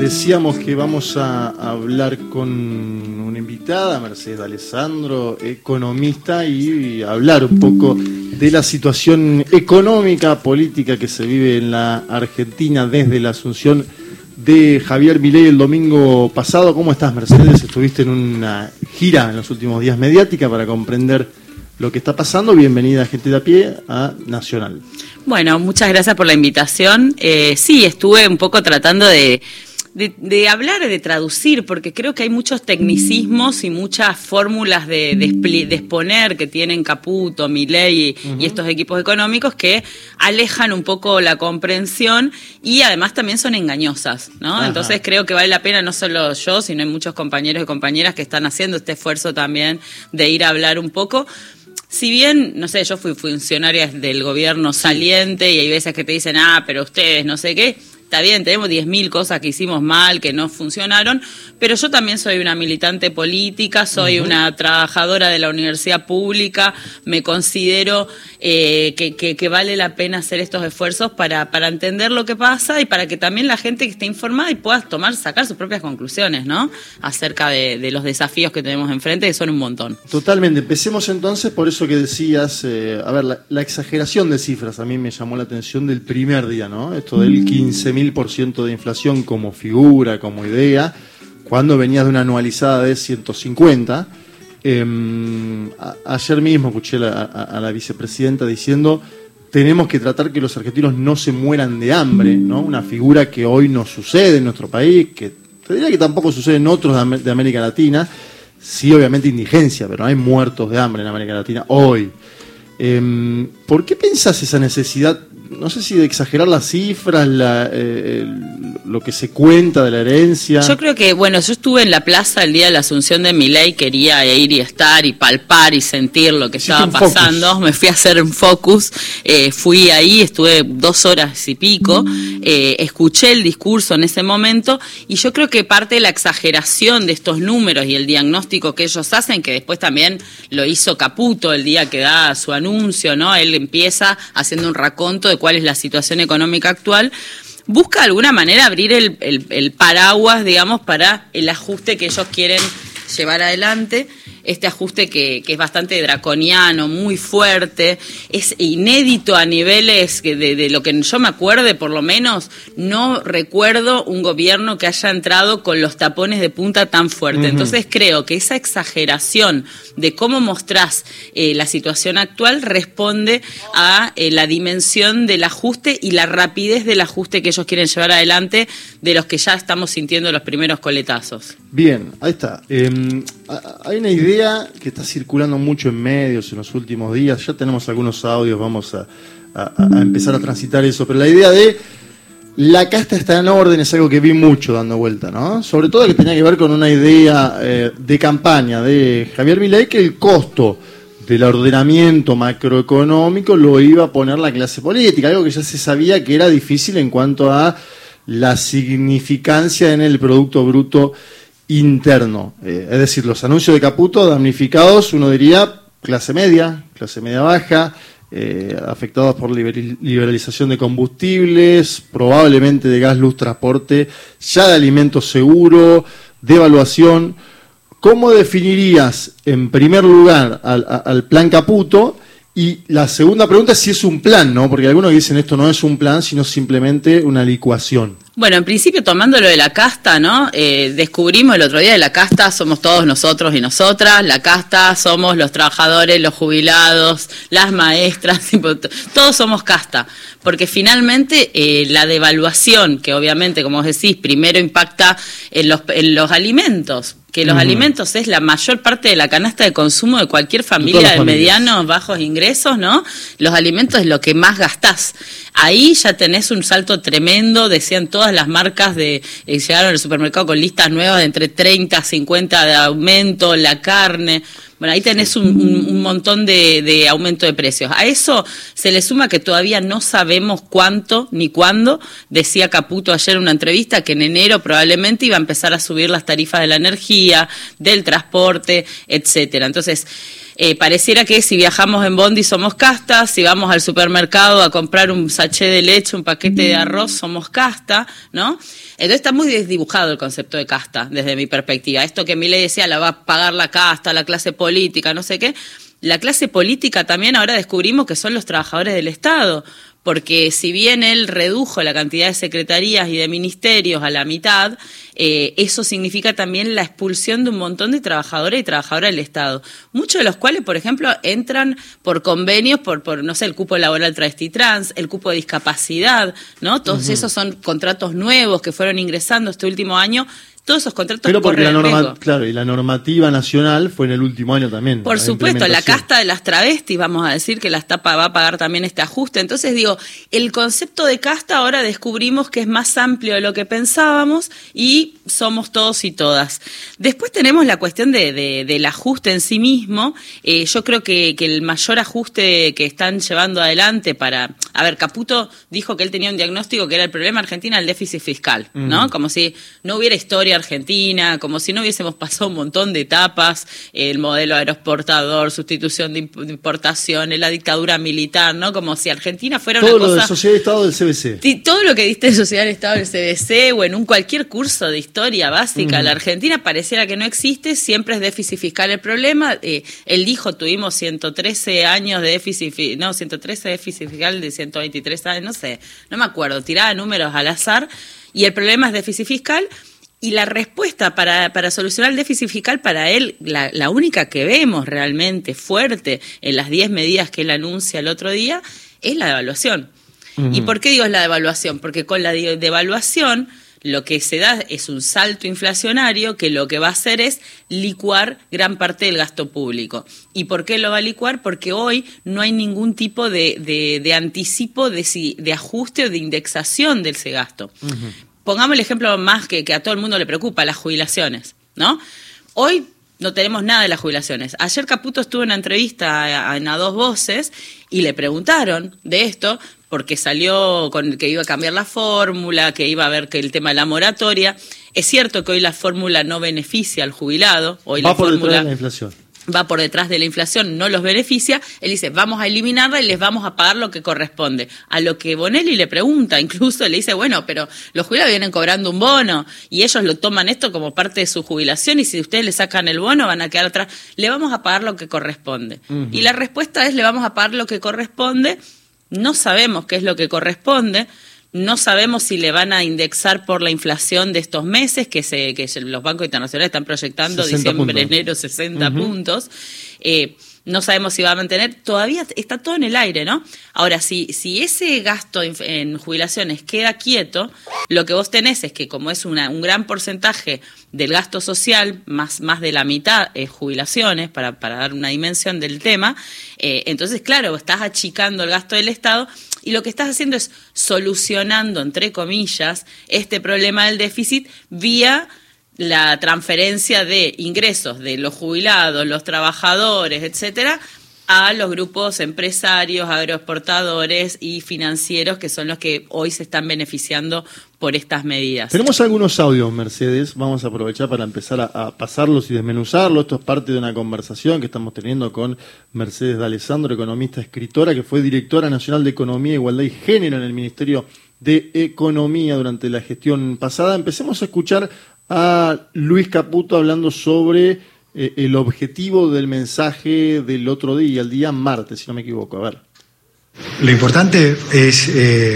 Decíamos que vamos a hablar con una invitada, Mercedes D'Alessandro, economista, y hablar un poco de la situación económica, política que se vive en la Argentina desde la asunción de Javier Milei el domingo pasado. ¿Cómo estás, Mercedes? Estuviste en una gira en los últimos días mediática para comprender lo que está pasando. Bienvenida, gente de a pie, a Nacional. Bueno, muchas gracias por la invitación. Sí, estuve un poco tratando de hablar, de traducir, porque creo que hay muchos tecnicismos y muchas fórmulas de exponer que tienen Caputo, Milei y estos equipos económicos que alejan un poco la comprensión y además también son engañosas, ¿no? Ajá. Entonces creo que vale la pena, no solo yo, sino hay muchos compañeros y compañeras que están haciendo este esfuerzo también de ir a hablar un poco. Si bien, no sé, yo fui funcionaria del gobierno saliente y hay veces que te dicen, pero ustedes no sé qué, está bien, tenemos 10.000 cosas que hicimos mal, que no funcionaron, pero yo también soy una militante política, soy una trabajadora de la universidad pública, me considero que vale la pena hacer estos esfuerzos para entender lo que pasa y para que también la gente que esté informada y pueda sacar sus propias conclusiones, ¿no? Acerca de los desafíos que tenemos enfrente, que son un montón. Totalmente. Empecemos entonces por eso que decías, la exageración de cifras a mí me llamó la atención del primer día, ¿no? Esto del 15.000% de inflación como figura, como idea, cuando venías de una anualizada de 150. Ayer mismo escuché a la vicepresidenta diciendo: tenemos que tratar que los argentinos no se mueran de hambre, ¿no? Una figura que hoy no sucede en nuestro país, que te diría que tampoco sucede en otros de América Latina. Sí, obviamente indigencia, pero no hay muertos de hambre en América Latina hoy. ¿Por qué pensás esa necesidad, no sé si de exagerar las cifras, lo que se cuenta de la herencia? Yo creo que, yo estuve en la plaza el día de la asunción de Milei, quería ir y estar y palpar y sentir lo que estaba pasando. Focus. Me fui a hacer un focus, fui ahí, estuve 2 horas y pico, escuché el discurso en ese momento y yo creo que parte de la exageración de estos números y el diagnóstico que ellos hacen, que después también lo hizo Caputo el día que da su anuncio, ¿no? Él empieza haciendo un raconto de cuál es la situación económica actual, busca de alguna manera abrir el paraguas, digamos, para el ajuste que ellos quieren llevar adelante. Este ajuste que es bastante draconiano, muy fuerte, es inédito a niveles de lo que yo me acuerde, por lo menos, no recuerdo un gobierno que haya entrado con los tapones de punta tan fuerte. Entonces creo que esa exageración de cómo mostrás la situación actual responde a la dimensión del ajuste y la rapidez del ajuste que ellos quieren llevar adelante, de los que ya estamos sintiendo los primeros coletazos. Bien, ahí está. Hay una idea que está circulando mucho en medios en los últimos días, ya tenemos algunos audios, vamos a empezar a transitar eso, pero la idea de la casta está en orden es algo que vi mucho dando vuelta, ¿no? Sobre todo que tenía que ver con una idea de campaña de Javier Milei, que el costo del ordenamiento macroeconómico lo iba a poner la clase política, algo que ya se sabía que era difícil en cuanto a la significancia en el Producto Bruto Interno. Es decir, los anuncios de Caputo damnificados, uno diría, clase media baja, afectados por liberalización de combustibles, probablemente de gas, luz, transporte, ya de alimentos seguro, devaluación. ¿Cómo definirías, en primer lugar, al plan Caputo? Y la segunda pregunta es si es un plan, ¿no? Porque algunos dicen esto no es un plan, sino simplemente una licuación. Bueno, en principio, tomando lo de la casta, ¿no? Descubrimos el otro día que la casta somos todos nosotros y nosotras, la casta somos los trabajadores, los jubilados, las maestras, todos somos casta, porque finalmente la devaluación, que obviamente, como vos decís, primero impacta en los alimentos, que los alimentos es la mayor parte de la canasta de consumo de cualquier familia de medianos, bajos ingresos, ¿no? Los alimentos es lo que más gastás. Ahí ya tenés un salto tremendo, decían todas las marcas llegaron al supermercado con listas nuevas de entre 30 a 50 de aumento, la carne. Bueno, ahí tenés un montón de aumento de precios. A eso se le suma que todavía no sabemos cuánto ni cuándo. Decía Caputo ayer en una entrevista que en enero probablemente iba a empezar a subir las tarifas de la energía, del transporte, etcétera. Entonces, pareciera que si viajamos en bondi somos castas, si vamos al supermercado a comprar un sachet de leche, un paquete de arroz, somos casta, ¿no? Entonces está muy desdibujado el concepto de casta, desde mi perspectiva. Esto que Milei decía, la va a pagar la casta, la clase política, no sé qué. La clase política también ahora descubrimos que son los trabajadores del Estado, porque si bien él redujo la cantidad de secretarías y de ministerios a la mitad, eso significa también la expulsión de un montón de trabajadores y trabajadoras del Estado, muchos de los cuales, por ejemplo, entran por convenios, por no sé, el cupo laboral travesti trans, el cupo de discapacidad, ¿no? Todos esos son contratos nuevos que fueron ingresando este último año. Todos esos contratos pero porque corren riesgo. Claro, y la normativa nacional fue en el último año también. Por supuesto, la casta de las travestis, vamos a decir que va a pagar también este ajuste. Entonces digo, el concepto de casta ahora descubrimos que es más amplio de lo que pensábamos y somos todos y todas. Después tenemos la cuestión del ajuste en sí mismo. Yo creo que el mayor ajuste que están llevando adelante para... A ver, Caputo dijo que él tenía un diagnóstico que era el problema Argentina, el déficit fiscal, ¿no? Como si no hubiera historia argentina, como si no hubiésemos pasado un montón de etapas, el modelo aeroexportador, sustitución de importaciones, la dictadura militar, ¿no? Como si Argentina fuera todo una cosa... Todo lo de Sociedad de Estado del CBC. Todo lo que diste de Sociedad del Estado del CBC o en cualquier curso de historia básica, la Argentina pareciera que no existe, siempre es déficit fiscal el problema. Él dijo, tuvimos 113 años de déficit, 113 déficit fiscal de 123 años, no sé, no me acuerdo, tiraba números al azar, y el problema es déficit fiscal. Y la respuesta para solucionar el déficit fiscal para él, la única que vemos realmente fuerte en las 10 medidas que él anuncia el otro día, es la devaluación. ¿Y por qué digo es la devaluación? Porque con la devaluación lo que se da es un salto inflacionario que lo que va a hacer es licuar gran parte del gasto público. ¿Y por qué lo va a licuar? Porque hoy no hay ningún tipo de anticipo, de ajuste o de indexación de ese gasto. Pongamos el ejemplo más que a todo el mundo le preocupa, las jubilaciones, ¿no? Hoy no tenemos nada de las jubilaciones. Ayer Caputo estuvo en una entrevista en A Dos Voces y le preguntaron de esto porque salió con que iba a cambiar la fórmula, que iba a ver que el tema de la moratoria. Es cierto que hoy la fórmula no beneficia al jubilado. Hoy va la por fórmula detrás de la inflación. Va por detrás de la inflación, no los beneficia. Él dice, vamos a eliminarla y les vamos a pagar lo que corresponde. A lo que Bonelli le pregunta, incluso le dice, bueno, pero los jubilados vienen cobrando un bono y ellos lo toman esto como parte de su jubilación y si ustedes le sacan el bono van a quedar atrás. Le vamos a pagar lo que corresponde. Y la respuesta es, le vamos a pagar lo que corresponde. No sabemos qué es lo que corresponde. No sabemos si le van a indexar por la inflación de estos meses, que los bancos internacionales están proyectando diciembre, enero, 60 puntos. No sabemos si va a mantener. Todavía está todo en el aire, ¿no? Ahora, si ese gasto en jubilaciones queda quieto, lo que vos tenés es que como es un gran porcentaje del gasto social, más de la mitad es jubilaciones, para dar una dimensión del tema, entonces, claro, estás achicando el gasto del Estado y lo que estás haciendo es solucionando, entre comillas, este problema del déficit vía la transferencia de ingresos de los jubilados, los trabajadores, etcétera, a los grupos empresarios, agroexportadores y financieros que son los que hoy se están beneficiando por estas medidas. Tenemos algunos audios, Mercedes, vamos a aprovechar para empezar a pasarlos y desmenuzarlos. Esto es parte de una conversación que estamos teniendo con Mercedes D'Alessandro, economista, escritora, que fue directora nacional de Economía, Igualdad y Género en el Ministerio de Economía durante la gestión pasada. Empecemos a escuchar a Luis Caputo hablando sobre el objetivo del mensaje del otro día, el día martes, si no me equivoco. A ver. Lo importante es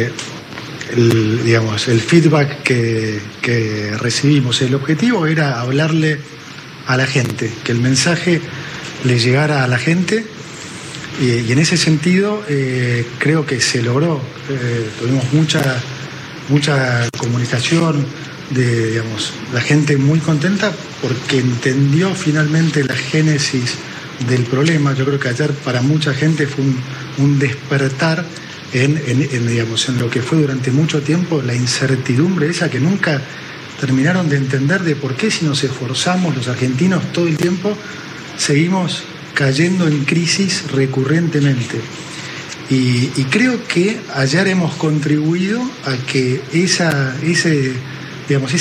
el feedback que recibimos. El objetivo era hablarle a la gente, que el mensaje le llegara a la gente y en ese sentido creo que se logró. Tuvimos mucha comunicación de la gente muy contenta porque entendió finalmente la génesis del problema. Yo creo que ayer para mucha gente fue un despertar en lo que fue durante mucho tiempo la incertidumbre esa que nunca terminaron de entender de por qué si nos esforzamos los argentinos todo el tiempo seguimos cayendo en crisis recurrentemente. Y creo que ayer hemos contribuido a que esa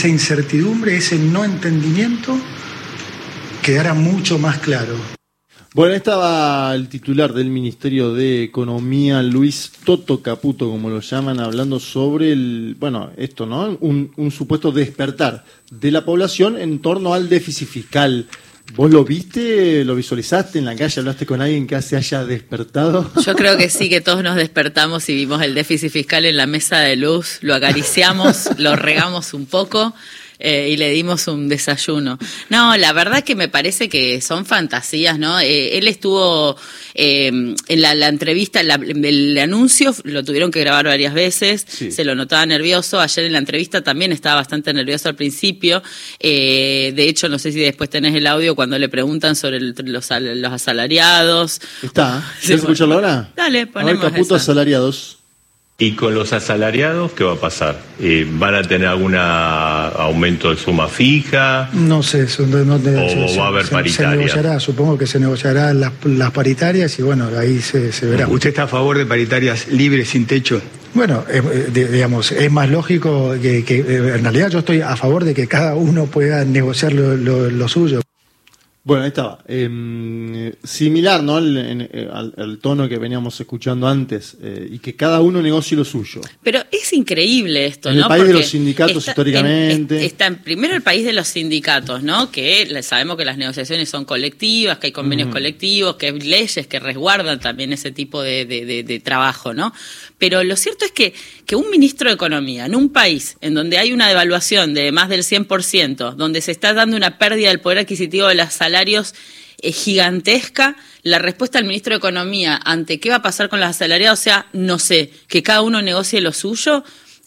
incertidumbre, ese no entendimiento quedara mucho más claro. Bueno, estaba el titular del Ministerio de Economía, Luis Toto Caputo, como lo llaman, hablando sobre esto, ¿no? Un supuesto despertar de la población en torno al déficit fiscal. ¿Vos lo viste? ¿Lo visualizaste en la calle? ¿Hablaste con alguien que se haya despertado? Yo creo que sí, que todos nos despertamos y vimos el déficit fiscal en la mesa de luz, lo acariciamos, lo regamos un poco. Y le dimos un desayuno. No, la verdad que me parece que son fantasías, ¿no? Él estuvo en la entrevista, el anuncio lo tuvieron que grabar varias veces, sí. Se lo notaba nervioso. Ayer en la entrevista también estaba bastante nervioso al principio. De hecho, no sé si después tenés el audio cuando le preguntan sobre los asalariados. Está. ¿Quieres escucharlo ahora? Dale, ponemos. A ver, Caputo, asalariados. ¿Y con los asalariados qué va a pasar? ¿Van a tener algún aumento de suma fija? No sé, ¿O va a haber paritarias? Se negociará, supongo que se negociarán las paritarias y bueno, ahí se verá. ¿Usted está a favor de paritarias libres, sin techo? Bueno, digamos, es más lógico que en realidad yo estoy a favor de que cada uno pueda negociar lo suyo. Bueno, ahí estaba. Similar, ¿no? Al tono que veníamos escuchando antes, y que cada uno negocie lo suyo. Pero es increíble esto, ¿no? En el país de los sindicatos, históricamente. Está primero el país de los sindicatos, ¿no? Que sabemos que las negociaciones son colectivas, que hay convenios colectivos, que hay leyes que resguardan también ese tipo de trabajo, ¿no? Pero lo cierto es que un ministro de Economía en un país en donde hay una devaluación de más del 100%, donde se está dando una pérdida del poder adquisitivo de las salarios gigantesca, la respuesta del ministro de Economía ante qué va a pasar con los asalariados, o sea, no sé, que cada uno negocie lo suyo,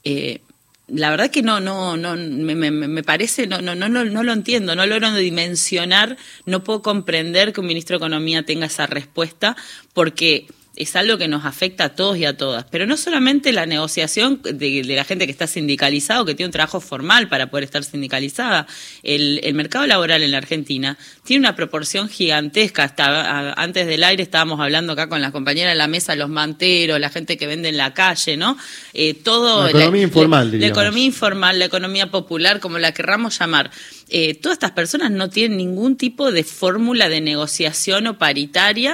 la verdad que no me parece, no lo entiendo, no logro dimensionar, no puedo comprender que un ministro de Economía tenga esa respuesta, porque es algo que nos afecta a todos y a todas. Pero no solamente la negociación de la gente que está sindicalizada o que tiene un trabajo formal para poder estar sindicalizada. El mercado laboral en la Argentina tiene una proporción gigantesca. Hasta antes del aire estábamos hablando acá con las compañeras de la mesa, los manteros, la gente que vende en la calle, ¿no? Todo la economía informal, diríamos. La economía informal, la economía popular, como la querramos llamar. Todas estas personas no tienen ningún tipo de fórmula de negociación o paritaria,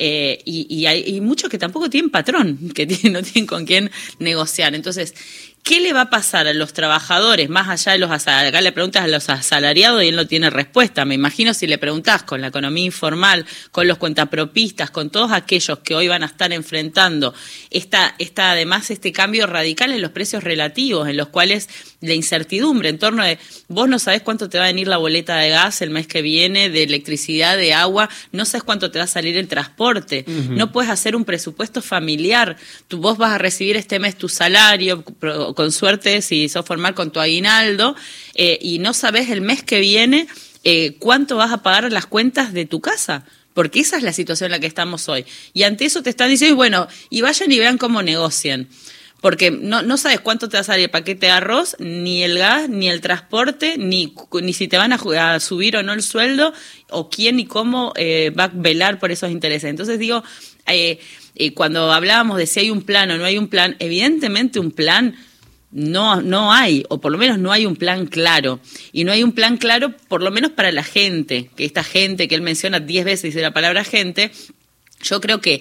y hay muchos que tampoco tienen patrón, que no tienen con quién negociar. Entonces, ¿qué le va a pasar a los trabajadores, más allá de los asalariados? Acá le preguntas a los asalariados y él no tiene respuesta. Me imagino si le preguntás con la economía informal, con los cuentapropistas, con todos aquellos que hoy van a estar enfrentando además este cambio radical en los precios relativos, en los cuales la incertidumbre en torno de vos no sabés cuánto te va a venir la boleta de gas el mes que viene, de electricidad, de agua, no sabés cuánto te va a salir el transporte, no puedes hacer un presupuesto familiar, vos vas a recibir este mes tu salario, con suerte si sos formal con tu aguinaldo, y no sabés el mes que viene cuánto vas a pagar las cuentas de tu casa. Porque esa es la situación en la que estamos hoy. Y ante eso te están diciendo, bueno, y vayan y vean cómo negocian. Porque no sabes cuánto te va a salir el paquete de arroz, ni el gas, ni el transporte, ni si te van a subir o no el sueldo, o quién y cómo va a velar por esos intereses. Entonces digo, cuando hablábamos de si hay un plan o no hay un plan, evidentemente un plan no hay, o por lo menos no hay un plan claro. Y no hay un plan claro, por lo menos para la gente, que esta gente que él menciona 10 veces dice la palabra gente. Yo creo que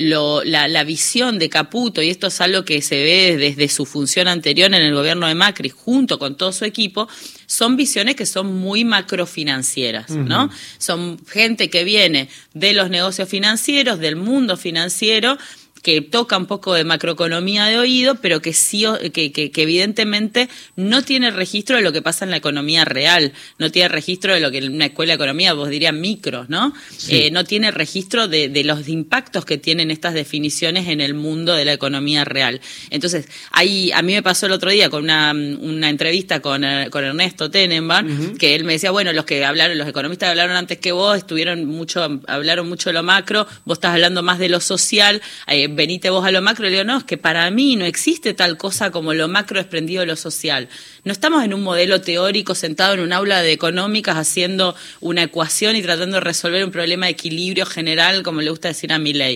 la visión de Caputo, y esto es algo que se ve desde su función anterior en el gobierno de Macri, junto con todo su equipo, son visiones que son muy macrofinancieras, ¿no? Son gente que viene de los negocios financieros, del mundo financiero, que toca un poco de macroeconomía de oído, pero que sí, que evidentemente no tiene registro de lo que pasa en la economía real, no tiene registro de lo que en una escuela de economía vos dirías micros, ¿no? Sí. No tiene registro de los impactos que tienen estas definiciones en el mundo de la economía real. Entonces, a mí me pasó el otro día con una entrevista con Ernesto Tenenbaum, que él me decía, bueno, los economistas que hablaron antes que vos hablaron mucho de lo macro, vos estás hablando más de lo social, venite vos a lo macro. Le digo, no, es que para mí no existe tal cosa como lo macro desprendido de lo social. No estamos en un modelo teórico sentado en un aula de económicas haciendo una ecuación y tratando de resolver un problema de equilibrio general, como le gusta decir a Milei.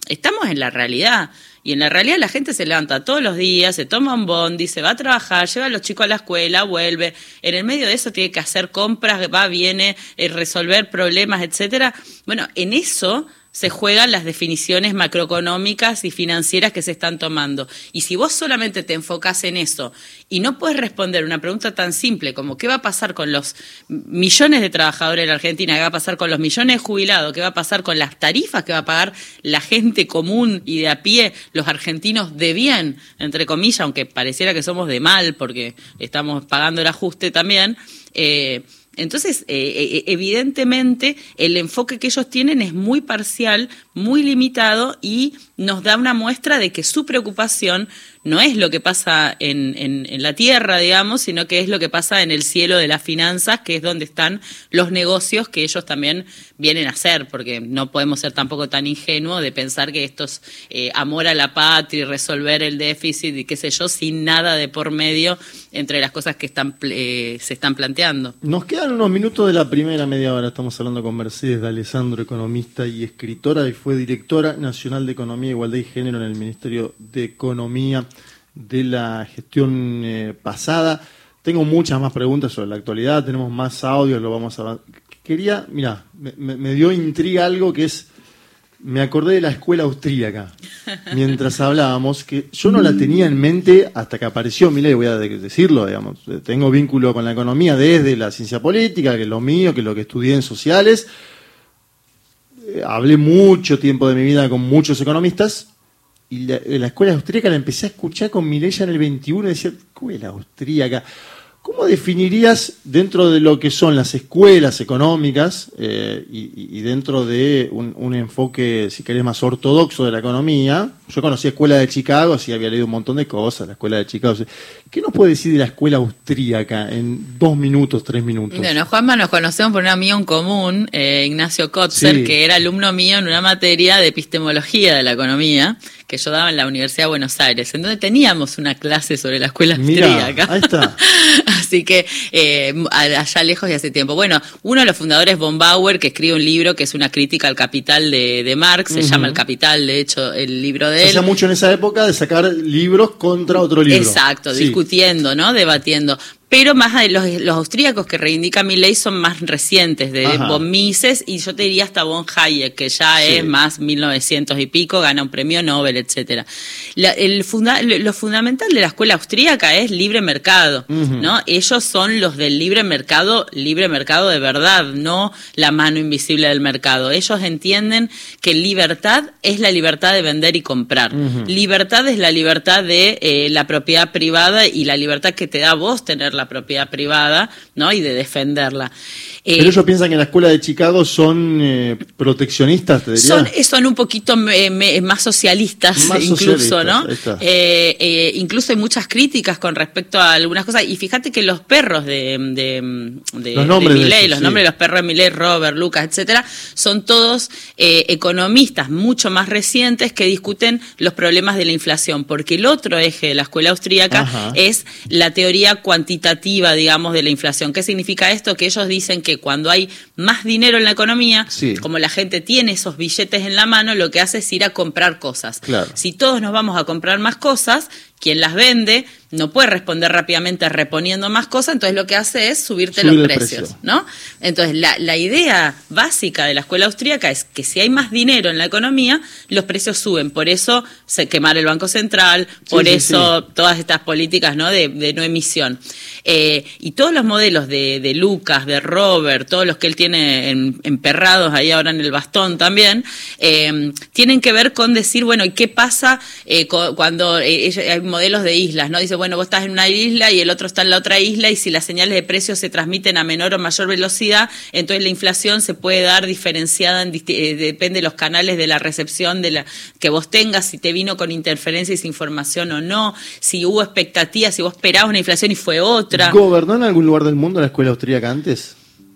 estamos en la realidad. Y en la realidad la gente se levanta todos los días, se toma un bondi, se va a trabajar, lleva a los chicos a la escuela, vuelve. En el medio de eso tiene que hacer compras, va, viene, resolver problemas, etcétera. Bueno, en eso se juegan las definiciones macroeconómicas y financieras que se están tomando. Y si vos solamente te enfocás en eso y no puedes responder una pregunta tan simple como ¿qué va a pasar con los millones de trabajadores de la Argentina? ¿Qué va a pasar con los millones de jubilados? ¿Qué va a pasar con las tarifas que va a pagar la gente común y de a pie, los argentinos de bien, entre comillas, aunque pareciera que somos de mal porque estamos pagando el ajuste también? Entonces, evidentemente, el enfoque que ellos tienen es muy parcial, muy limitado y nos da una muestra de que su preocupación no es lo que pasa en la tierra, digamos, sino que es lo que pasa en el cielo de las finanzas, que es donde están los negocios que ellos también vienen a hacer, porque no podemos ser tampoco tan ingenuos de pensar que esto es amor a la patria y resolver el déficit y qué sé yo, sin nada de por medio entre las cosas que se están planteando. Nos quedan unos minutos de la primera media hora. Estamos hablando con Mercedes D'Alessandro, economista y escritora, y fue directora nacional de Economía, Igualdad y Género en el Ministerio de Economía de la gestión pasada. Tengo muchas más preguntas sobre la actualidad, tenemos más audios, lo vamos a... Quería, mirá, me dio intriga algo que es, me acordé de la escuela austríaca, mientras hablábamos, que yo no la tenía en mente hasta que apareció Milei, voy a decirlo, digamos, tengo vínculo con la economía desde la ciencia política, que es lo mío, que es lo que estudié en sociales, hablé mucho tiempo de mi vida con muchos economistas, y la escuela austríaca la empecé a escuchar con Milei ya en el 21 y decía, escuela austríaca. ¿Cómo definirías dentro de lo que son las escuelas económicas y dentro de un enfoque, si querés, más ortodoxo de la economía? Yo conocí Escuela de Chicago, sí había leído un montón de cosas, la Escuela de Chicago. ¿Qué nos puede decir de la escuela austríaca en 2 minutos, 3 minutos? Bueno, Juanma, nos conocemos por un amigo en común, Ignacio Kotzer, sí, que era alumno mío en una materia de epistemología de la economía que yo daba en la Universidad de Buenos Aires. Entonces teníamos una clase sobre la escuela austríaca. Mirá, ahí está. Así que allá lejos y hace tiempo. Bueno, uno de los fundadores, von Bauer, que escribe un libro que es una crítica al capital de Marx, se llama El Capital, de hecho, el libro de él. Se hacía mucho en esa época de sacar libros contra otro libro. Exacto, sí, discutiendo, ¿no? Debatiendo. Pero más de los austríacos que reivindica Milei son más recientes, de von Mises, y yo te diría hasta von Hayek, que ya sí, es más 1900 y pico, gana un premio Nobel, etcétera. Lo fundamental de la escuela austríaca es libre mercado, ¿no? Ellos son los del libre mercado de verdad, no la mano invisible del mercado. Ellos entienden que libertad es la libertad de vender y comprar. Libertad es la libertad de la propiedad privada y la libertad que te da a vos tener la propiedad privada, ¿no? Y de defenderla. Pero ellos piensan que en la escuela de Chicago son proteccionistas, te diría. Son un poquito más socialistas, más incluso, socialistas, ¿no? Incluso hay muchas críticas con respecto a algunas cosas. Y fíjate que los perros de Milei, los nombres de los perros de Milei, Robert, Lucas, etcétera, son todos economistas mucho más recientes que discuten los problemas de la inflación. Porque el otro eje de la escuela austríaca es la teoría cuantitativa, digamos, de la inflación. ¿Qué significa esto? Que ellos dicen que cuando hay más dinero en la economía, sí, como la gente tiene esos billetes en la mano, lo que hace es ir a comprar cosas. Claro. Si todos nos vamos a comprar más cosas, quien las vende no puede responder rápidamente reponiendo más cosas, entonces lo que hace es subir los precios, ¿no? Entonces la idea básica de la escuela austríaca es que si hay más dinero en la economía, los precios suben. Por eso quemar el Banco Central, por eso todas estas políticas, ¿no? de no emisión. Y todos los modelos de Lucas, de Robert, todos los que él tiene emperrados ahí ahora en el bastón también, tienen que ver con decir, bueno, ¿y qué pasa cuando hay modelos de islas, ¿no? Dice, bueno, vos estás en una isla y el otro está en la otra isla, y si las señales de precios se transmiten a menor o mayor velocidad, entonces la inflación se puede dar diferenciada, depende de los canales de la recepción que vos tengas, si te vino con interferencia y sin información o no, si hubo expectativas, si vos esperabas una inflación y fue otra. ¿Gobernó en algún lugar del mundo la escuela austríaca antes?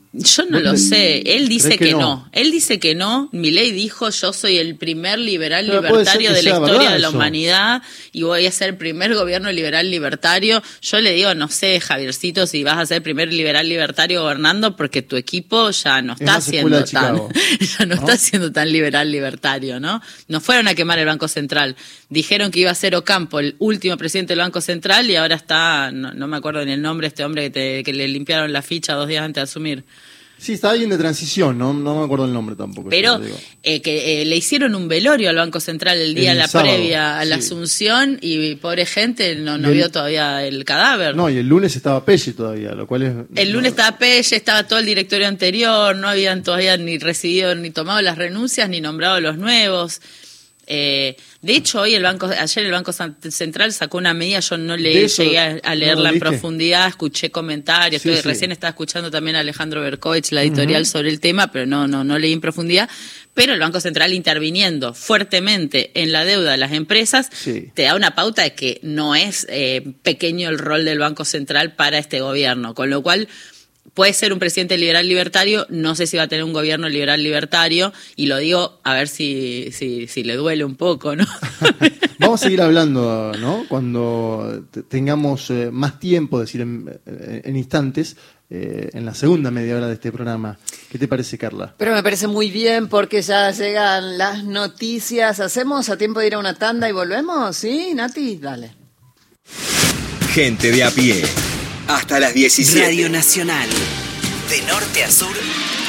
Yo no lo sé, él dice que no. Él dice que no, Milei dijo, yo soy el primer liberal libertario de la historia de la humanidad y voy a ser el primer gobierno liberal libertario. Yo le digo, no sé, Javiercito, si vas a ser el primer liberal libertario gobernando, porque tu equipo ya no está siendo está siendo tan liberal libertario, ¿no? No fueron a quemar el Banco Central. Dijeron que iba a ser Ocampo, el último presidente del Banco Central, y ahora está, no me acuerdo ni el nombre de este hombre que le limpiaron la ficha 2 días antes de asumir. Sí, está alguien de transición, no me acuerdo el nombre tampoco. Pero le hicieron un velorio al Banco Central el día, la sábado, previa a la Asunción, y pobre gente no vio todavía el cadáver. No, y el lunes estaba Pelle todavía, lo cual es... El lunes estaba Pelle, estaba todo el directorio anterior, no habían todavía ni recibido, ni tomado las renuncias, ni nombrado los nuevos. De hecho, ayer el Banco Central sacó una medida, yo no llegué a leerla en profundidad, escuché comentarios, recién estaba escuchando también a Alejandro Berkovich, la editorial sobre el tema, pero no leí en profundidad. Pero el Banco Central interviniendo fuertemente en la deuda de las empresas te da una pauta de que no es pequeño el rol del Banco Central para este gobierno, con lo cual puede ser un presidente liberal libertario, no sé si va a tener un gobierno liberal libertario, y lo digo a ver si le duele un poco, ¿no? Vamos a seguir hablando, ¿no? Cuando tengamos más tiempo, decir en instantes, en la segunda media hora de este programa. ¿Qué te parece, Carla? Pero me parece muy bien porque ya llegan las noticias. ¿Hacemos a tiempo de ir a una tanda y volvemos? ¿Sí, Nati? Dale. Gente de a pie. Hasta las 17. Radio Nacional. De norte a sur.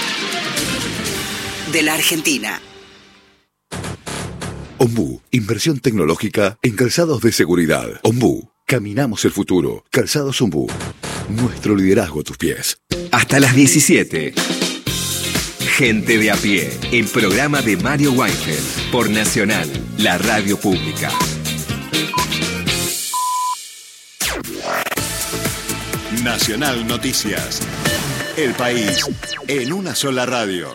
De la Argentina. Ombú, inversión tecnológica en calzados de seguridad. Ombú, caminamos el futuro. Calzados Ombú. Nuestro liderazgo a tus pies. Hasta las 17. Gente de a pie. El programa de Mario Weinfeld. Por Nacional, la radio pública. Nacional Noticias. El país en una sola radio.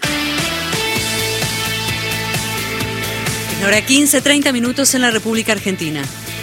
Hora 15, 30 minutos en la República Argentina.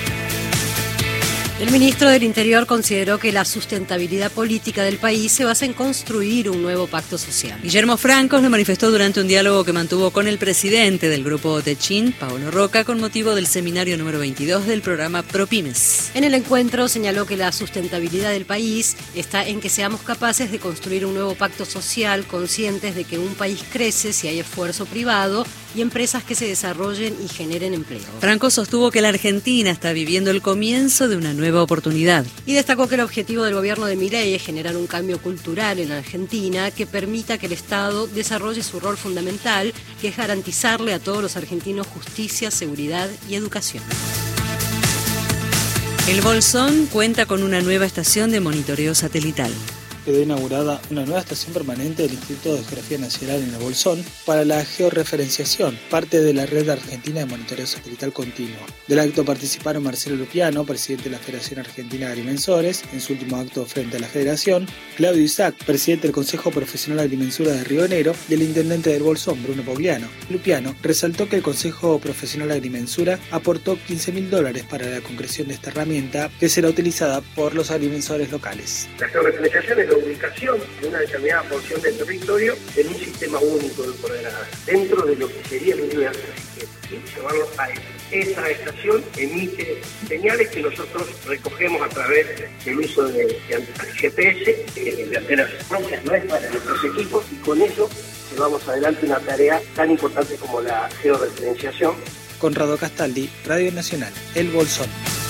El ministro del Interior consideró que la sustentabilidad política del país se basa en construir un nuevo pacto social. Guillermo Francos lo manifestó durante un diálogo que mantuvo con el presidente del Grupo Techín, Paolo Roca, con motivo del seminario número 22 del programa ProPymes. En el encuentro señaló que la sustentabilidad del país está en que seamos capaces de construir un nuevo pacto social, conscientes de que un país crece si hay esfuerzo privado y empresas que se desarrollen y generen empleo. Francos sostuvo que la Argentina está viviendo el comienzo de una nueva oportunidad. Y destacó que el objetivo del gobierno de Milei es generar un cambio cultural en la Argentina que permita que el Estado desarrolle su rol fundamental, que es garantizarle a todos los argentinos justicia, seguridad y educación. El Bolsón cuenta con una nueva estación de monitoreo satelital. Quedó inaugurada una nueva estación permanente del Instituto de Geografía Nacional en el Bolsón para la georreferenciación, parte de la red argentina de monitoreo satelital continuo. Del acto participaron Marcelo Lupiano, presidente de la Federación Argentina de Agrimensores, en su último acto frente a la Federación, Claudio Isaac, presidente del Consejo Profesional de Agrimensura de Río Negro, y el intendente del Bolsón, Bruno Pogliano. Lupiano resaltó que el Consejo Profesional de Agrimensura aportó $15.000 para la concreción de esta herramienta, que será utilizada por los agrimensores locales. La georreferenciación es la ubicación de una determinada porción del territorio en un sistema único de coordenadas, dentro de lo que sería el universo, ¿sí? Llevarlo a eso. Esa estación emite señales que nosotros recogemos a través del uso de GPS, de antenas propias nuestras, de nuestros equipos, y con eso llevamos adelante una tarea tan importante como la georreferenciación. Conrado Castaldi, Radio Nacional, El Bolsón.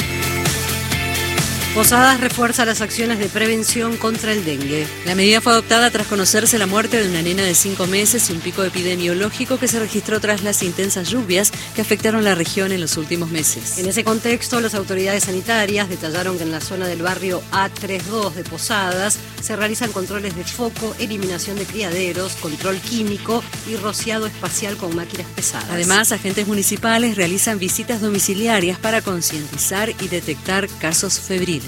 Posadas refuerza las acciones de prevención contra el dengue. La medida fue adoptada tras conocerse la muerte de una nena de 5 meses y un pico epidemiológico que se registró tras las intensas lluvias que afectaron la región en los últimos meses. En ese contexto, las autoridades sanitarias detallaron que en la zona del barrio A32 de Posadas se realizan controles de foco, eliminación de criaderos, control químico y rociado espacial con máquinas pesadas. Además, agentes municipales realizan visitas domiciliarias para concientizar y detectar casos febriles.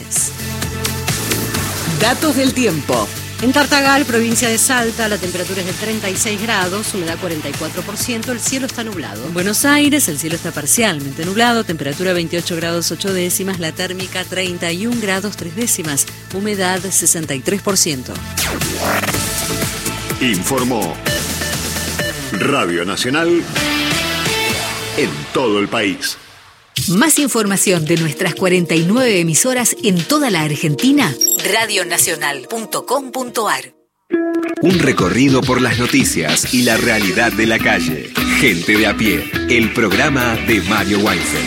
Datos del tiempo. En Tartagal, provincia de Salta, la temperatura es de 36 grados, humedad 44%, el cielo está nublado. En Buenos Aires, el cielo está parcialmente nublado, temperatura 28 grados 8 décimas, la térmica 31 grados 3 décimas, humedad 63%. Informó Radio Nacional en todo el país. Más información de nuestras 49 emisoras en toda la Argentina, radionacional.com.ar. Un recorrido por las noticias y la realidad de la calle. Gente de a pie, el programa de Mario Weinfeld.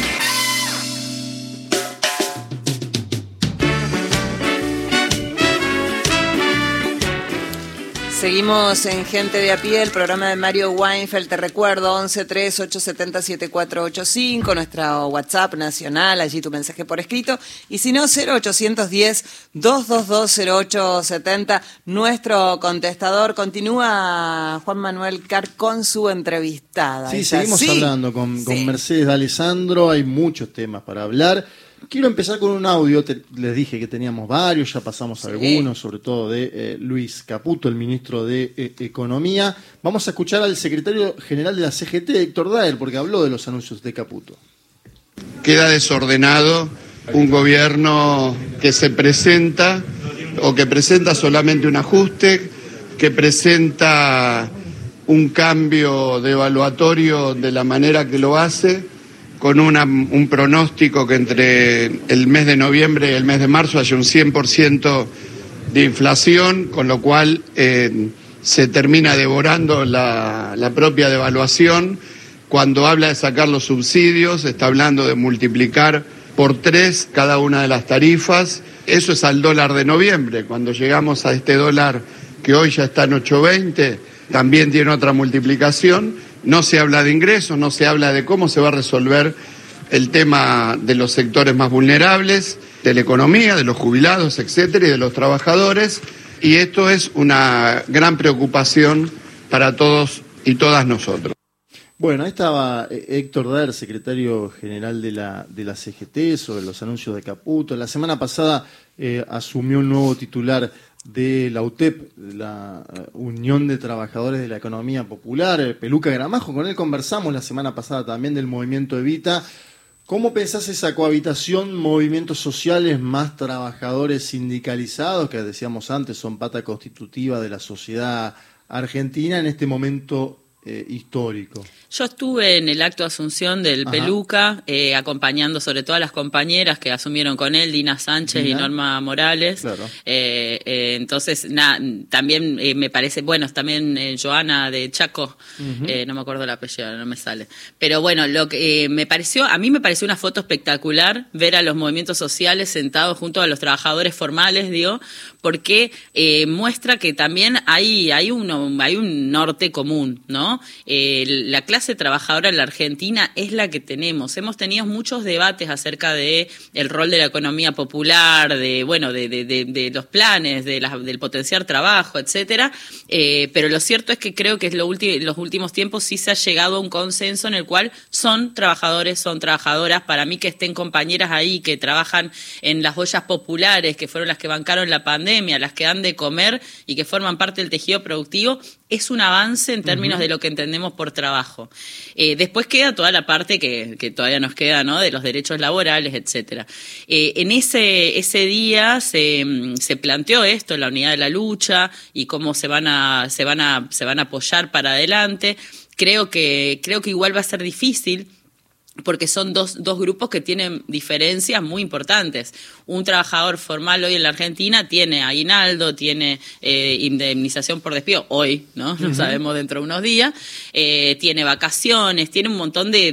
Seguimos en Gente de a pie, el programa de Mario Weinfeld. Te recuerdo, 1138707485, nuestro WhatsApp nacional, allí tu mensaje por escrito. Y si no, 0810-222-0870, nuestro contestador. Continúa Juan Manuel Carr con su entrevistada. Sí, seguimos hablando con Mercedes D'Alessandro. Hay muchos temas para hablar. Quiero empezar con un audio, les dije que teníamos varios, ya pasamos algunos, sobre todo de Luis Caputo, el ministro de Economía. Vamos a escuchar al secretario general de la CGT, Héctor Daer, porque habló de los anuncios de Caputo. Queda desordenado un gobierno que se presenta, o que presenta solamente un ajuste, que presenta un cambio de evaluatorio de la manera que lo hace, con un pronóstico que entre el mes de noviembre y el mes de marzo haya un 100% de inflación, con lo cual se termina devorando la propia devaluación. Cuando habla de sacar los subsidios, está hablando de multiplicar por 3 cada una de las tarifas. Eso es al dólar de noviembre. Cuando llegamos a este dólar que hoy ya está en 8.20, también tiene otra multiplicación. No se habla de ingresos, no se habla de cómo se va a resolver el tema de los sectores más vulnerables, de la economía, de los jubilados, etcétera, y de los trabajadores. Y esto es una gran preocupación para todos y todas nosotros. Bueno, ahí estaba Héctor Daer, secretario general de la CGT, sobre los anuncios de Caputo. La semana pasada asumió un nuevo titular de la UTEP, la Unión de Trabajadores de la Economía Popular, Peluca Gramajo. Con él conversamos la semana pasada también del movimiento Evita. ¿Cómo pensás esa cohabitación, movimientos sociales más trabajadores sindicalizados, que decíamos antes son pata constitutiva de la sociedad argentina en este momento histórico? Yo estuve en el acto de asunción del Peluca, acompañando sobre todo a las compañeras que asumieron con él, Dina Sánchez y Norma Morales. Claro. Entonces, también me parece, bueno, también Joana de Chaco, no me acuerdo el apellido, no me sale. Pero bueno, lo que a mí me pareció una foto espectacular ver a los movimientos sociales sentados junto a los trabajadores formales, digo, porque muestra que también hay un norte común, ¿no? La clase trabajadora en la Argentina es la que tenemos. Hemos tenido muchos debates acerca de el rol de la economía popular, de los planes, del potenciar trabajo, etcétera. Pero lo cierto es que creo que en los últimos tiempos sí se ha llegado a un consenso en el cual son trabajadores, son trabajadoras. Para mí que estén compañeras ahí que trabajan en las ollas populares, que fueron las que bancaron la pandemia, las que dan de comer y que forman parte del tejido productivo, es un avance en términos de lo que entendemos por trabajo. Después queda toda la parte que todavía nos queda, ¿no?, de los derechos laborales, etcétera. En ese día se planteó esto, la unidad de la lucha y cómo se van a apoyar para adelante. Creo que igual va a ser difícil, porque son dos grupos que tienen diferencias muy importantes. Un trabajador formal hoy en la Argentina tiene aguinaldo, tiene indemnización por despido, hoy, ¿no? Lo sabemos dentro de unos días, tiene vacaciones, tiene un montón de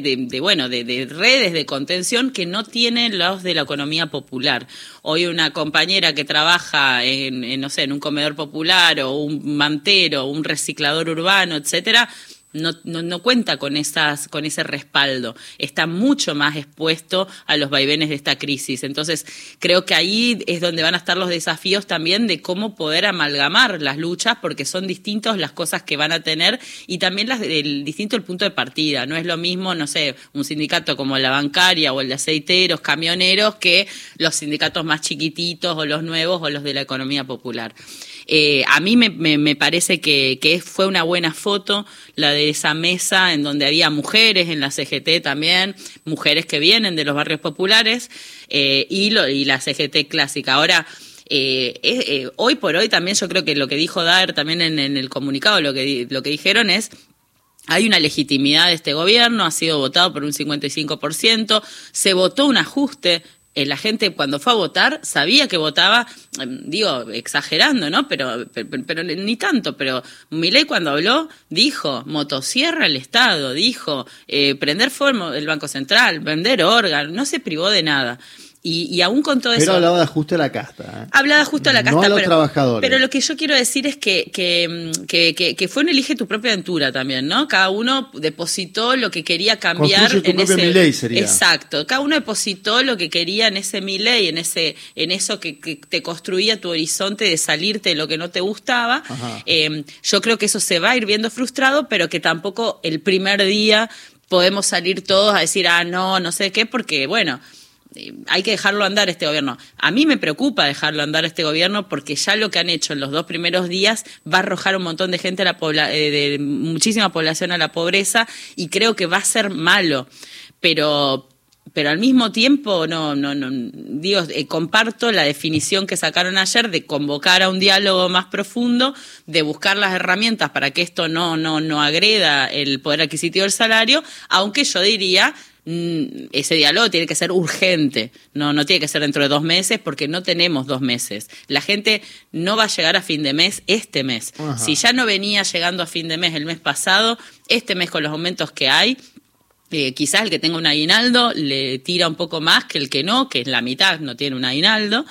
redes de contención que no tienen los de la economía popular. Hoy una compañera que trabaja en un comedor popular o un mantero, un reciclador urbano, etcétera, no cuenta con ese respaldo, está mucho más expuesto a los vaivenes de esta crisis. Entonces creo que ahí es donde van a estar los desafíos también de cómo poder amalgamar las luchas, porque son distintas las cosas que van a tener y también distinto el punto de partida. No es lo mismo, un sindicato como la bancaria o el de aceiteros, camioneros, que los sindicatos más chiquititos o los nuevos o los de la economía popular. A mí me parece que fue una buena foto la de esa mesa en donde había mujeres en la CGT también, mujeres que vienen de los barrios populares y la CGT clásica. Ahora, hoy por hoy también yo creo que lo que dijo Daer también en el comunicado, lo que dijeron es: hay una legitimidad de este gobierno, ha sido votado por un 55%, se votó un ajuste. La gente cuando fue a votar sabía que votaba, digo, exagerando, ¿no? Pero ni tanto, pero Milei cuando habló dijo motosierra al Estado, dijo prender fuego el Banco Central, vender órganos, no se privó de nada. Y aún con todo eso... Pero hablaba de ajuste a la casta. Hablaba de ajuste a la casta, no a los trabajadores. Pero lo que yo quiero decir es que fue un elige tu propia aventura también, ¿no? Cada uno depositó lo que quería cambiar. Construye tu en propio ese Milei sería. Exacto. Cada uno depositó lo que quería en ese Milei, en eso que te construía tu horizonte de salirte de lo que no te gustaba. Yo creo que eso se va a ir viendo frustrado, pero que tampoco el primer día podemos salir todos a decir, no sé qué, porque bueno... hay que dejarlo andar este gobierno. A mí me preocupa dejarlo andar este gobierno porque ya lo que han hecho en los 2 primeros días va a arrojar un montón de gente, de muchísima población a la pobreza, y creo que va a ser malo. Pero al mismo tiempo comparto la definición que sacaron ayer de convocar a un diálogo más profundo, de buscar las herramientas para que esto no agreda el poder adquisitivo del salario, aunque yo diría... ese diálogo tiene que ser urgente, no tiene que ser dentro de 2 meses, porque no tenemos 2 meses. La gente no va a llegar a fin de mes este mes. Ajá. Si ya no venía llegando a fin de mes el mes pasado, este mes con los aumentos que hay, quizás el que tenga un aguinaldo le tira un poco más que el que no, que es la mitad, no tiene un aguinaldo.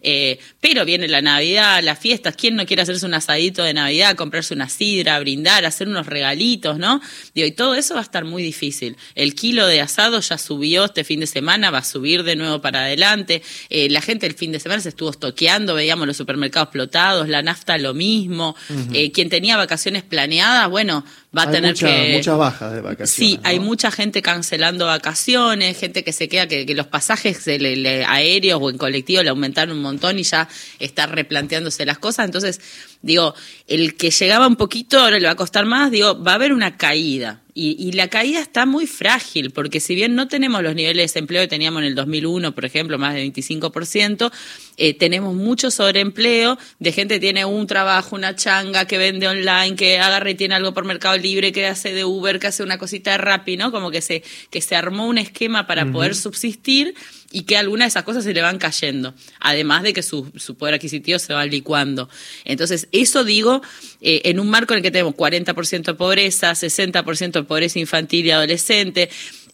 Pero viene la Navidad, las fiestas. ¿Quién no quiere hacerse un asadito de Navidad, comprarse una sidra, brindar, hacer unos regalitos, ¿no? Y todo eso va a estar muy difícil. El kilo de asado ya subió este fin de semana, va a subir de nuevo para adelante. La gente el fin de semana se estuvo estoqueando, veíamos los supermercados explotados, la nafta lo mismo. Quien tenía vacaciones planeadas, bueno, va a tener muchas bajas de vacaciones. Sí, ¿no? hay mucha gente cancelando vacaciones, gente que se queda, que los pasajes aéreos o en colectivo le aumentaron un montón y ya está replanteándose las cosas. Entonces, digo, el que llegaba un poquito ahora le va a costar más, digo, va a haber una caída. Y la caída está muy frágil, porque si bien no tenemos los niveles de desempleo que teníamos en el 2001, por ejemplo, más de 25%, tenemos mucho sobreempleo de gente que tiene un trabajo, una changa, que vende online, que agarra y tiene algo por Mercado Libre, que hace de Uber, que hace una cosita de Rappi, ¿no? Como que se armó un esquema para poder subsistir, y que algunas de esas cosas se le van cayendo, además de que su poder adquisitivo se va licuando. Entonces, eso digo, en un marco en el que tenemos 40% de pobreza, 60% de pobreza infantil y adolescente.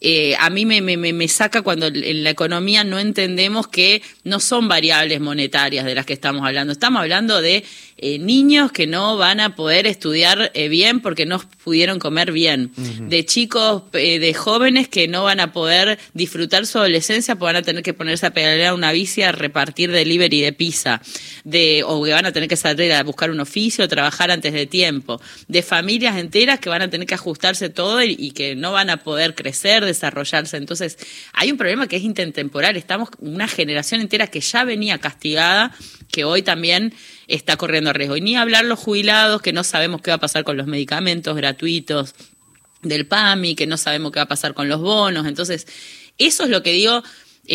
A mí me saca cuando en la economía no entendemos que no son variables monetarias de las que estamos hablando. Estamos hablando de niños que no van a poder estudiar bien porque no pudieron comer bien, de chicos, de jóvenes que no van a poder disfrutar su adolescencia porque van a tener que ponerse a pedalear una bici a repartir delivery de pizza, o que van a tener que salir a buscar un oficio, trabajar antes de tiempo, de familias enteras que van a tener que ajustarse todo y que no van a poder crecer, desarrollarse. Entonces, hay un problema que es intertemporal. Estamos una generación entera que ya venía castigada, que hoy también está corriendo riesgo. Y ni hablar los jubilados, que no sabemos qué va a pasar con los medicamentos gratuitos del PAMI, que no sabemos qué va a pasar con los bonos. Entonces, eso es lo que digo.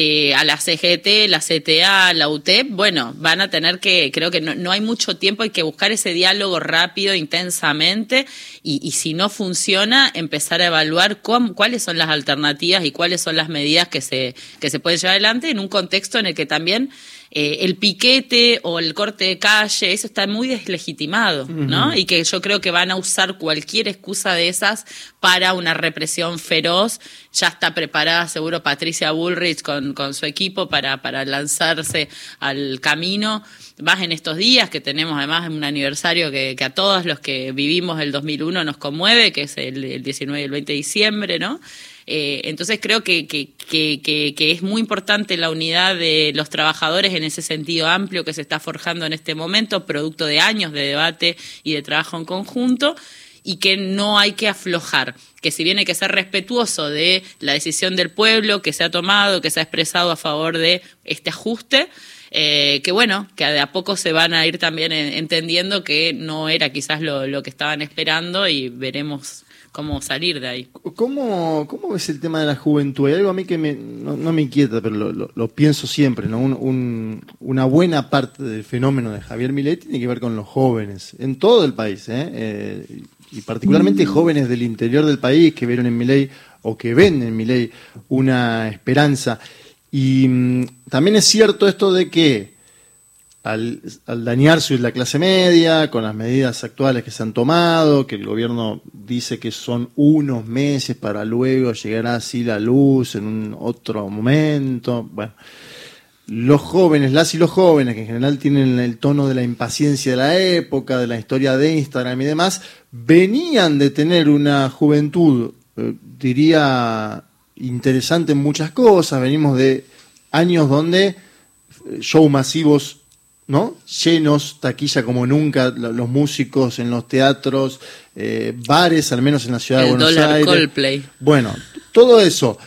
A la CGT, la CTA, la UTEP, bueno, van a tener que, creo que no hay mucho tiempo, hay que buscar ese diálogo rápido, intensamente, y si no funciona, empezar a evaluar cuáles son las alternativas y cuáles son las medidas que se pueden llevar adelante en un contexto en el que también el piquete o el corte de calle, eso está muy deslegitimado, ¿no? Y que yo creo que van a usar cualquier excusa de esas para una represión feroz. Ya está preparada seguro Patricia Bullrich con su equipo para lanzarse al camino, más en estos días que tenemos además un aniversario que a todos los que vivimos el 2001 nos conmueve, que es el 19 y el 20 de diciembre, ¿no? Entonces creo que es muy importante la unidad de los trabajadores en ese sentido amplio que se está forjando en este momento, producto de años de debate y de trabajo en conjunto, y que no hay que aflojar, que si bien hay que ser respetuoso de la decisión del pueblo que se ha tomado, que se ha expresado a favor de este ajuste, que bueno, que de a poco se van a ir también entendiendo que no era quizás lo que estaban esperando, y veremos cómo salir de ahí. ¿Cómo ves el tema de la juventud? Hay algo a mí que no me inquieta, pero lo pienso siempre, ¿no? Una buena parte del fenómeno de Javier Milei tiene que ver con los jóvenes, en todo el país, y particularmente jóvenes del interior del país que vieron en Milei o que ven en Milei una esperanza. Y también es cierto esto de que al dañarse la clase media, con las medidas actuales que se han tomado, que el gobierno dice que son unos meses para luego llegar así la luz en un otro momento, bueno, los jóvenes, las y los jóvenes, que en general tienen el tono de la impaciencia de la época, de la historia de Instagram y demás, venían de tener una juventud, diría, interesante en muchas cosas. Venimos de años donde shows masivos, ¿no? Llenos, taquilla como nunca, los músicos en los teatros, bares, al menos en la ciudad de Buenos Aires. Coldplay. Bueno, todo eso.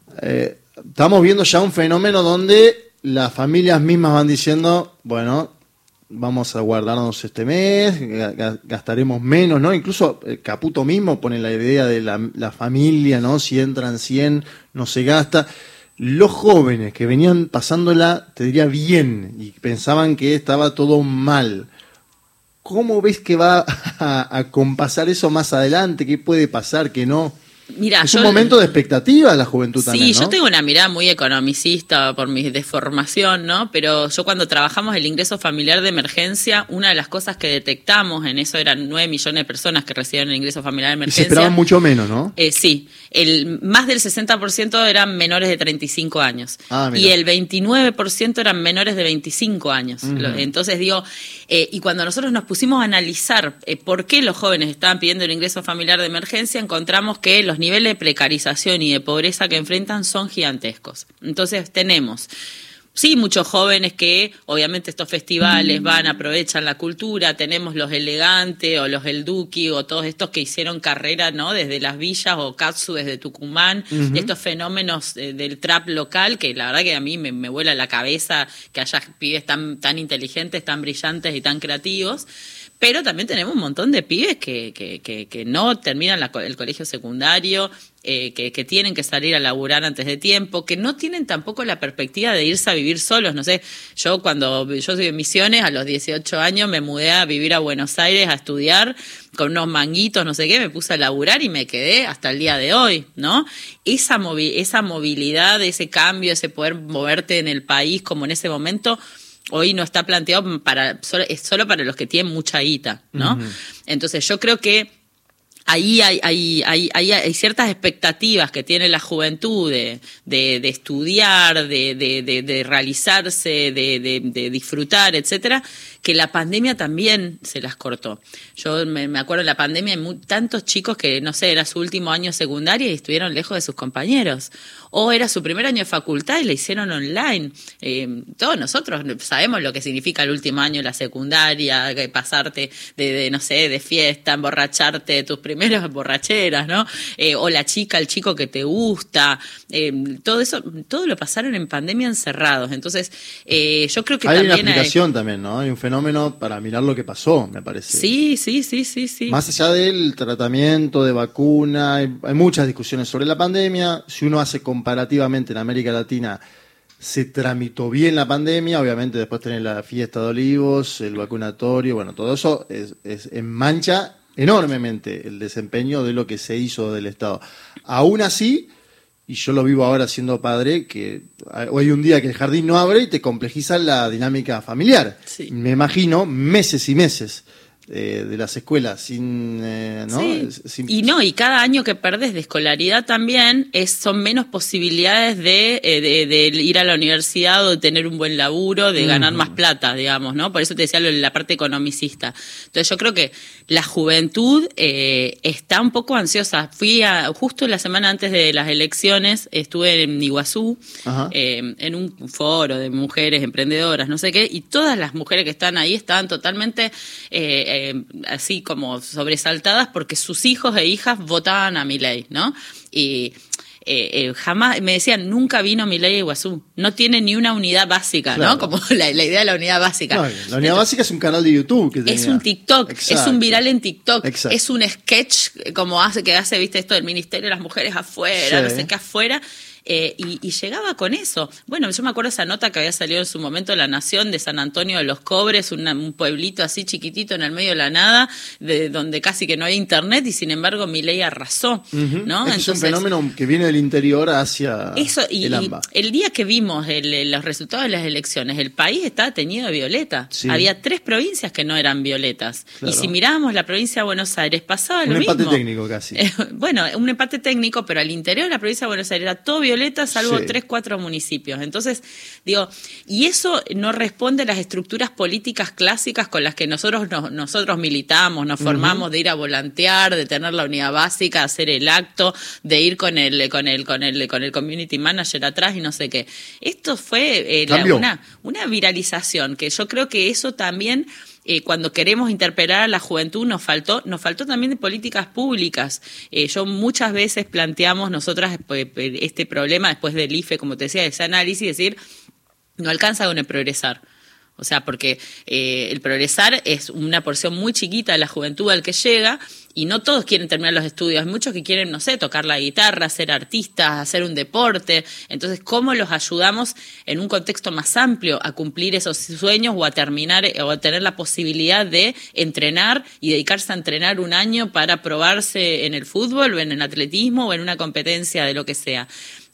Estamos viendo ya un fenómeno donde las familias mismas van diciendo, bueno, vamos a guardarnos este mes, gastaremos menos, ¿no? Incluso Caputo mismo pone la idea de la familia, ¿no? Si entran 100, no se gasta. Los jóvenes que venían pasándola, te diría bien, y pensaban que estaba todo mal, ¿cómo ves que va a compasar eso más adelante? ¿Qué puede pasar? ¿Qué no? Mira, es un momento de expectativa la juventud también, ¿no? Sí, yo tengo una mirada muy economicista por mi deformación, ¿no? Pero yo cuando trabajamos el ingreso familiar de emergencia, una de las cosas que detectamos, en eso eran 9 millones de personas que recibían el ingreso familiar de emergencia. Y se esperaban mucho menos, ¿no? Sí, más del 60% eran menores de 35 años. Y el 29% eran menores de 25 años. Entonces digo, y cuando nosotros nos pusimos a analizar por qué los jóvenes estaban pidiendo el ingreso familiar de emergencia, encontramos que los niveles de precarización y de pobreza que enfrentan son gigantescos. Entonces tenemos, sí, muchos jóvenes que obviamente estos festivales van, aprovechan la cultura, tenemos los elegantes o los el Duki o todos estos que hicieron carrera, ¿no? Desde las villas o Katsu desde Tucumán, estos fenómenos del trap local que la verdad que a mí me vuela la cabeza que haya pibes tan inteligentes, tan brillantes y tan creativos. Pero también tenemos un montón de pibes que no terminan el colegio secundario, que tienen que salir a laburar antes de tiempo, que no tienen tampoco la perspectiva de irse a vivir solos. No sé, yo soy de Misiones, a los 18 años me mudé a vivir a Buenos Aires a estudiar con unos manguitos, no sé qué, me puse a laburar y me quedé hasta el día de hoy, ¿no? Esa movilidad, ese cambio, ese poder moverte en el país como en ese momento, hoy no está planteado es solo para los que tienen mucha guita, ¿no? Entonces yo creo que ahí hay ciertas expectativas que tiene la juventud de estudiar, de realizarse, de disfrutar, etcétera, que la pandemia también se las cortó. Yo me acuerdo de la pandemia, hay tantos chicos que, no sé, era su último año de secundaria y estuvieron lejos de sus compañeros. O era su primer año de facultad y la hicieron online. Todos nosotros sabemos lo que significa el último año de la secundaria, que pasarte no sé, de fiesta, emborracharte de tus primeras borracheras, ¿no? O la chica, el chico que te gusta. Todo eso, todo lo pasaron en pandemia encerrados. Entonces, yo creo que hay también una aplicación también, ¿no? Hay un fenómeno para mirar lo que pasó, me parece. Sí. Más allá del tratamiento de vacuna, hay muchas discusiones sobre la pandemia. Si uno hace comparativamente en América Latina, se tramitó bien la pandemia, obviamente después tenés la fiesta de olivos, el vacunatorio, bueno, todo eso es mancha enormemente el desempeño de lo que se hizo del Estado. Aún así, y yo lo vivo ahora siendo padre, que hay un día que el jardín no abre y te complejiza la dinámica familiar. Sí. Me imagino meses y meses de las escuelas sin, ¿no? Sí. Y cada año que perdés de escolaridad también son menos posibilidades de ir a la universidad o de tener un buen laburo, de ganar más plata, digamos, ¿no? Por eso te decía la parte economicista. Entonces yo creo que la juventud está un poco ansiosa. Justo la semana antes de las elecciones, estuve en Iguazú, en un foro de mujeres emprendedoras, no sé qué, y todas las mujeres que están ahí estaban totalmente así como sobresaltadas porque sus hijos e hijas votaban a Milei, ¿no? Y jamás, me decían, nunca vino Milei a Iguazú, no tiene ni una unidad básica, claro. ¿no? Como la idea de la unidad básica. No, la unidad básica es un canal de YouTube que tenía. Es un TikTok, Exacto. es un viral en TikTok, Exacto. es un sketch como hace, viste, esto del Ministerio de las Mujeres afuera, Sí. no sé qué afuera. Y llegaba con eso. Bueno, yo me acuerdo esa nota que había salido en su momento La Nación de San Antonio de los Cobres, un pueblito así chiquitito en el medio de la nada, donde casi que no hay internet, y sin embargo Milei arrasó, ¿no? Es un fenómeno que viene del interior hacia el AMBA. Y el día que vimos los resultados de las elecciones, el país estaba teñido de violeta. Sí. Había 3 provincias que no eran violetas. Claro. Y si mirábamos la provincia de Buenos Aires, pasaba lo mismo. Un empate técnico casi. Bueno, un empate técnico, pero al interior de la provincia de Buenos Aires era todo violeta, salvo 3-4 municipios. Entonces, digo, y eso no responde a las estructuras políticas clásicas con las que nosotros militamos, nos formamos, de ir a volantear, de tener la unidad básica, hacer el acto, de ir con el community manager atrás y no sé qué. Esto fue una viralización, que yo creo que eso también... cuando queremos interpelar a la juventud nos faltó también de políticas públicas. Yo muchas veces planteamos nosotras este problema después del IFE, como te decía, ese análisis, decir, no alcanza con el progresar. O sea, porque el progresar es una porción muy chiquita de la juventud al que llega, y no todos quieren terminar los estudios. Hay muchos que quieren, no sé, tocar la guitarra, ser artistas, hacer un deporte. Entonces, ¿cómo los ayudamos en un contexto más amplio a cumplir esos sueños o a terminar o a tener la posibilidad de entrenar y dedicarse a entrenar un año para probarse en el fútbol o en el atletismo o en una competencia de lo que sea?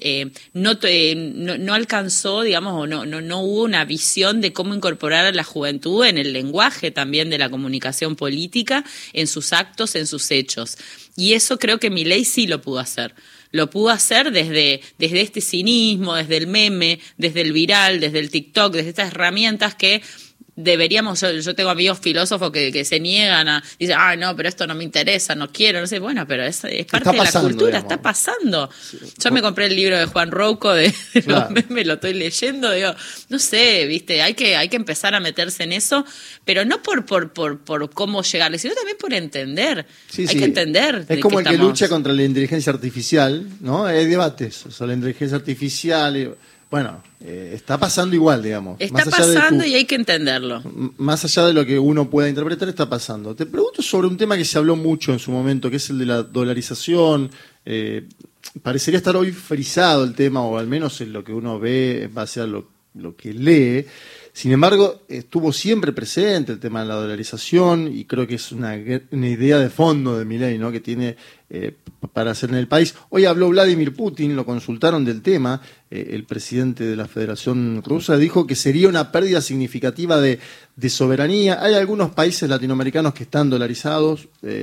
No alcanzó, digamos, o no hubo una visión de cómo incorporar a la juventud en el lenguaje también de la comunicación política, en sus actos, en sus hechos. Y eso creo que Milei sí lo pudo hacer. Lo pudo hacer desde este cinismo, desde el meme, desde el viral, desde el TikTok, desde estas herramientas que deberíamos, yo tengo amigos filósofos que se niegan dicen, no, pero esto no me interesa, no quiero, no sé, bueno, pero es parte de la cultura, digamos. Está pasando. Sí. Yo me compré el libro de Juan Rouco de los memes, lo estoy leyendo, digo, no sé, viste, hay que empezar a meterse en eso, pero no por cómo llegarle, sino también por entender. Hay que entender. Es como el que lucha contra la inteligencia artificial, ¿no? Hay debates sobre la inteligencia artificial. Bueno, está pasando igual, digamos. Está pasando y hay que entenderlo. Más allá de lo que uno pueda interpretar, está pasando. Te pregunto sobre un tema que se habló mucho en su momento, que es el de la dolarización. Parecería estar hoy frisado el tema, o al menos en lo que uno ve en base a lo que lee. Sin embargo, estuvo siempre presente el tema de la dolarización, y creo que es una idea de fondo de Milei, ¿no?, que tiene para hacer en el país. Hoy habló Vladimir Putin, lo consultaron del tema, el presidente de la Federación Rusa dijo que sería una pérdida significativa de soberanía. Hay algunos países latinoamericanos que están dolarizados,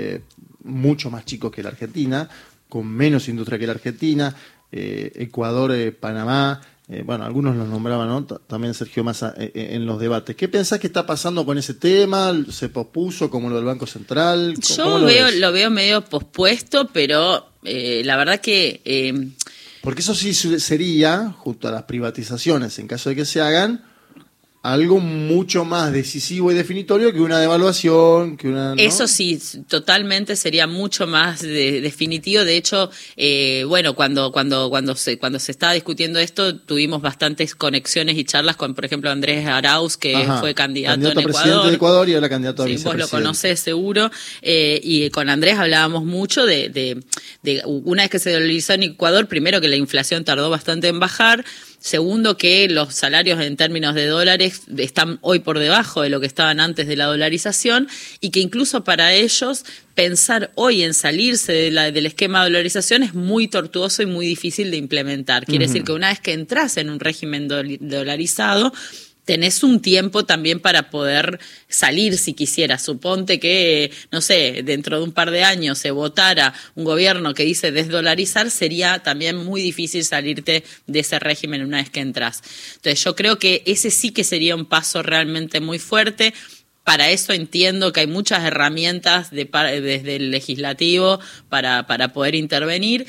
mucho más chicos que la Argentina, con menos industria que la Argentina, Ecuador, Panamá. Bueno, algunos los nombraban, ¿no? También Sergio Massa en los debates. ¿Qué pensás que está pasando con ese tema? ¿Se pospuso como lo del Banco Central? Yo lo veo medio pospuesto, pero la verdad que... Porque eso sí sería, junto a las privatizaciones, en caso de que se hagan, algo mucho más decisivo y definitorio que una devaluación, que una, ¿no? Eso sí, totalmente sería mucho más definitivo. De hecho, bueno, cuando se estaba discutiendo esto, tuvimos bastantes conexiones y charlas con, por ejemplo, Andrés Arauz, que fue candidato en a presidente de Ecuador y ahora candidato a vicepresidente. Vos lo conocés seguro. Y con Andrés hablábamos mucho de una vez que se dolarizó en Ecuador, primero que la inflación tardó bastante en bajar. Segundo, que los salarios en términos de dólares están hoy por debajo de lo que estaban antes de la dolarización, y que incluso para ellos pensar hoy en salirse del esquema de dolarización es muy tortuoso y muy difícil de implementar. Quiere decir que una vez que entras en un régimen dolarizado, tenés un tiempo también para poder salir si quisieras. Suponte que, no sé, dentro de un par de años se votara un gobierno que dice desdolarizar, sería también muy difícil salirte de ese régimen una vez que entras. Entonces yo creo que ese sí que sería un paso realmente muy fuerte. Para eso entiendo que hay muchas herramientas desde el legislativo para poder intervenir.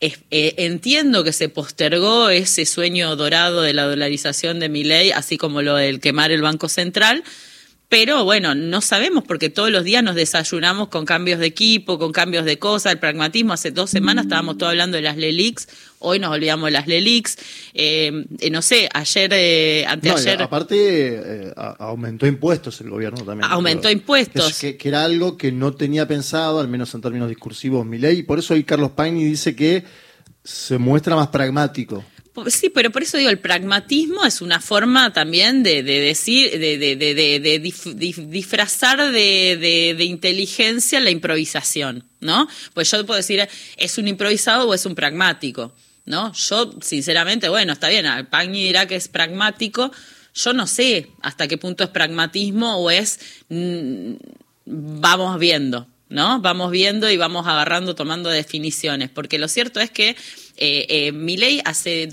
Entiendo que se postergó ese sueño dorado de la dolarización de Milei, así como lo del quemar el Banco Central, pero bueno, no sabemos porque todos los días nos desayunamos con cambios de equipo, con cambios de cosas, el pragmatismo. Hace 2 semanas estábamos todos hablando de las LELIQs, hoy nos olvidamos de las LELIQs, no sé, ayer, anteayer... No, aparte aumentó impuestos el gobierno también. Aumentó impuestos. Que era algo que no tenía pensado, al menos en términos discursivos, Milei, y por eso hoy Carlos Paini dice que se muestra más pragmático. Sí, pero por eso digo, el pragmatismo es una forma también de decir, de disfrazar de inteligencia la improvisación, ¿no? Pues yo puedo decir, ¿es un improvisado o es un pragmático? ¿No? Yo, sinceramente, bueno, está bien, Pañi dirá que es pragmático, yo no sé hasta qué punto es pragmatismo o es vamos viendo, ¿no? Vamos viendo y vamos agarrando, tomando definiciones, porque lo cierto es que Milei hace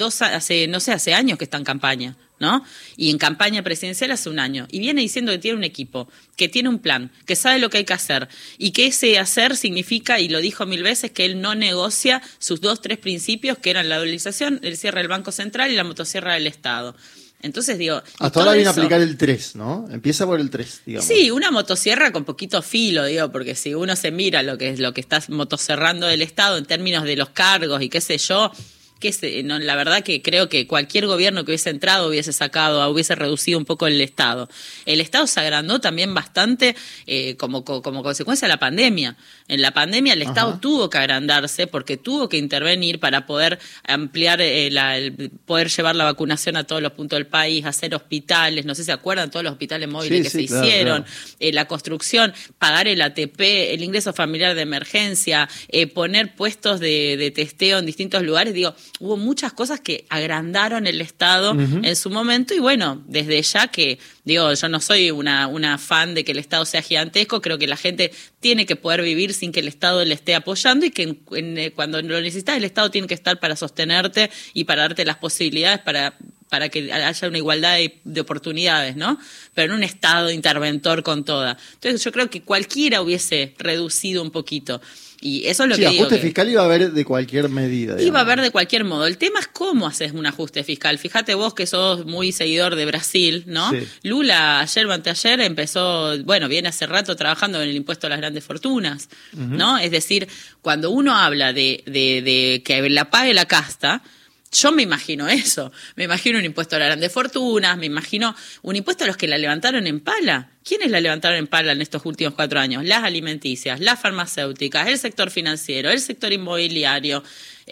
años que está en campaña, ¿no? Y en campaña presidencial hace 1 año. Y viene diciendo que tiene un equipo, que tiene un plan, que sabe lo que hay que hacer. Y que ese hacer significa, y lo dijo 1000 veces, que él no negocia sus 3 principios, que eran la dolarización, el cierre del Banco Central y la motosierra del Estado. Entonces digo... Hasta ahora viene a aplicar el 3, ¿no? Empieza por el 3, digamos. Sí, una motosierra con poquito filo, digo, porque si uno se mira lo que está motoserrando del Estado en términos de los cargos y qué sé yo... No, la verdad que creo que cualquier gobierno que hubiese entrado hubiese reducido un poco el Estado. El Estado se agrandó también bastante como consecuencia de la pandemia. En la pandemia el Estado tuvo que agrandarse porque tuvo que intervenir para poder ampliar, poder llevar la vacunación a todos los puntos del país, hacer hospitales, no sé si se acuerdan todos los hospitales móviles que se hicieron, claro. La construcción, pagar el ATP, el ingreso familiar de emergencia, poner puestos de testeo en distintos lugares, digo, hubo muchas cosas que agrandaron el Estado en su momento y bueno, desde ya que, digo, yo no soy una fan de que el Estado sea gigantesco, creo que la gente tiene que poder vivir sin que el Estado le esté apoyando y que cuando lo necesitas el Estado tiene que estar para sostenerte y para darte las posibilidades para que haya una igualdad de oportunidades, ¿no? Pero en un Estado interventor con toda. Entonces yo creo que cualquiera hubiese reducido un poquito. Y eso es lo que digo. Sí, ajuste fiscal iba a haber de cualquier medida. Digamos. Iba a haber de cualquier modo. El tema es cómo haces un ajuste fiscal. Fíjate vos que sos muy seguidor de Brasil, ¿no? Sí. Lula ayer o anteayer viene hace rato trabajando en el impuesto a las grandes fortunas, ¿no? Es decir, cuando uno habla de que la pague la casta, yo me imagino eso, me imagino un impuesto a las grandes fortunas, me imagino un impuesto a los que la levantaron en pala. ¿Quiénes la levantaron en pala en estos últimos 4 años? Las alimenticias, las farmacéuticas, el sector financiero, el sector inmobiliario.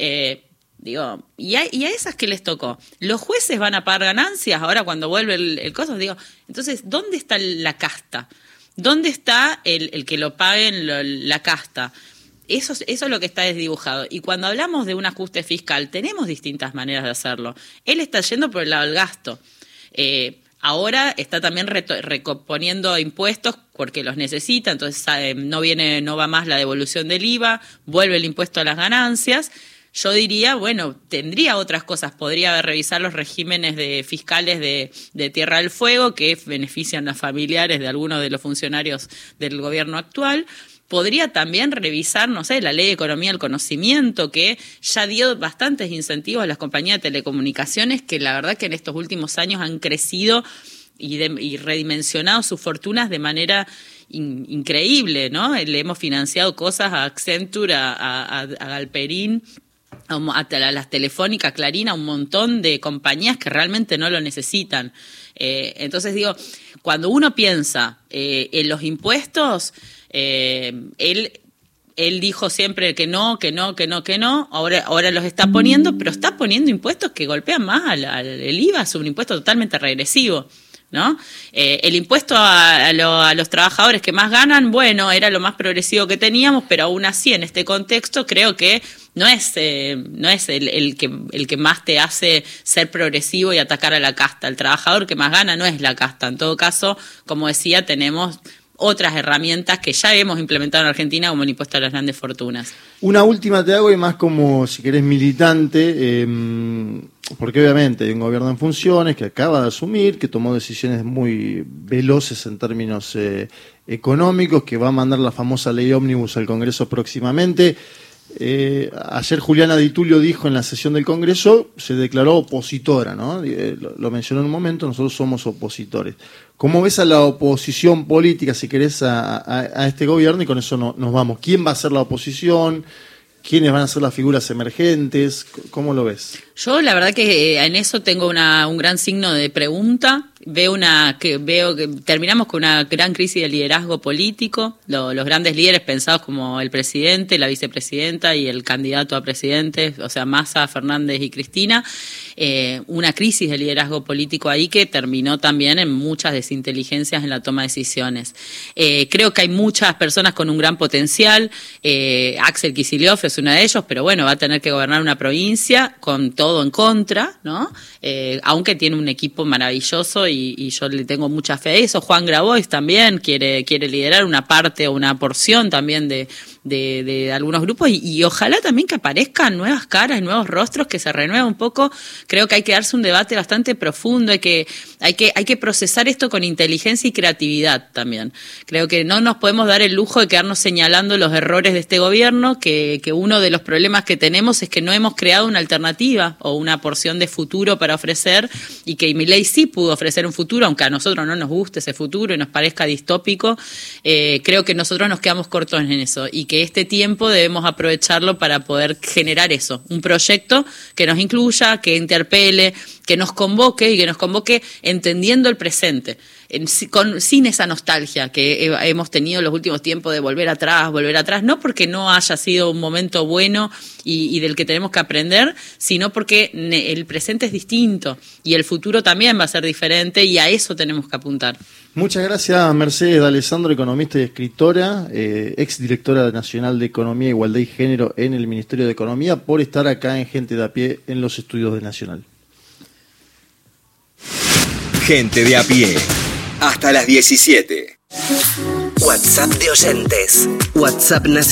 Y a esas que les tocó. Los jueces van a pagar ganancias ahora cuando vuelve el costo. Digo, entonces, ¿dónde está la casta? ¿Dónde está el que lo paguen la casta? Eso es lo que está desdibujado. Y cuando hablamos de un ajuste fiscal, tenemos distintas maneras de hacerlo. Él está yendo por el lado del gasto. Ahora está también recomponiendo impuestos porque los necesita, entonces no va más la devolución del IVA, vuelve el impuesto a las ganancias. Yo diría, tendría otras cosas, podría revisar los regímenes fiscales de Tierra del Fuego que benefician a familiares de algunos de los funcionarios del gobierno actual. Podría también revisar, no sé, la Ley de Economía del Conocimiento, que ya dio bastantes incentivos a las compañías de telecomunicaciones que la verdad que en estos últimos años han crecido y redimensionado sus fortunas de manera increíble, ¿no? Le hemos financiado cosas a Accenture, a Galperín, a las Telefónicas, Clarín, a un montón de compañías que realmente no lo necesitan. Entonces digo, cuando uno piensa en los impuestos, él dijo siempre que no, ahora los está poniendo, pero está poniendo impuestos que golpean más al IVA, es un impuesto totalmente regresivo, ¿no? El impuesto a los trabajadores que más ganan, era lo más progresivo que teníamos, pero aún así en este contexto creo que no es el que más te hace ser progresivo y atacar a la casta. El trabajador que más gana no es la casta. En todo caso, como decía, tenemos otras herramientas que ya hemos implementado en Argentina, como el impuesto a las grandes fortunas. Una última te hago, y más como, si querés, militante, porque obviamente hay un gobierno en funciones que acaba de asumir, que tomó decisiones muy veloces en términos económicos, que va a mandar la famosa ley ómnibus al Congreso próximamente. Ayer Juliana Di Tulio dijo en la sesión del Congreso, se declaró opositora, ¿no? Lo mencionó en un momento, nosotros somos opositores. ¿Cómo ves a la oposición política, si querés, a este gobierno? Y con eso nos vamos. ¿Quién va a ser la oposición? ¿Quiénes van a ser las figuras emergentes? ¿Cómo lo ves? Yo la verdad que en eso tengo un gran signo de pregunta. Veo que terminamos con una gran crisis de liderazgo político. Los grandes líderes pensados como el presidente, la vicepresidenta y el candidato a presidente, o sea, Massa, Fernández y Cristina. Una crisis de liderazgo político ahí que terminó también en muchas desinteligencias en la toma de decisiones. Creo que hay muchas personas con un gran potencial. Axel Kicillof es uno de ellos, pero bueno, va a tener que gobernar una provincia con todo en contra, ¿no? Aunque tiene un equipo maravilloso y yo le tengo mucha fe a eso. Juan Grabois también quiere liderar una parte o una porción también de algunos grupos y ojalá también que aparezcan nuevas caras, nuevos rostros, que se renueve un poco. Creo que hay que darse un debate bastante profundo, hay que procesar esto con inteligencia y creatividad también. Creo que no nos podemos dar el lujo de quedarnos señalando los errores de este gobierno, que uno de los problemas que tenemos es que no hemos creado una alternativa o una porción de futuro para ofrecer, y que Milei sí pudo ofrecer un futuro, aunque a nosotros no nos guste ese futuro y nos parezca distópico. Creo que nosotros nos quedamos cortos en eso y que este tiempo debemos aprovecharlo para poder generar eso, un proyecto que nos incluya, que interpele, que nos convoque y que nos convoque entendiendo el presente, sin esa nostalgia que hemos tenido en los últimos tiempos de volver atrás, no porque no haya sido un momento bueno y del que tenemos que aprender, sino porque el presente es distinto y el futuro también va a ser diferente y a eso tenemos que apuntar. Muchas gracias, Mercedes D'Alessandro, economista y escritora, exdirectora nacional de Economía, Igualdad y Género en el Ministerio de Economía, por estar acá en Gente de a Pie en los estudios de Nacional. Gente de a Pie, hasta las 17. WhatsApp de oyentes. WhatsApp nacional.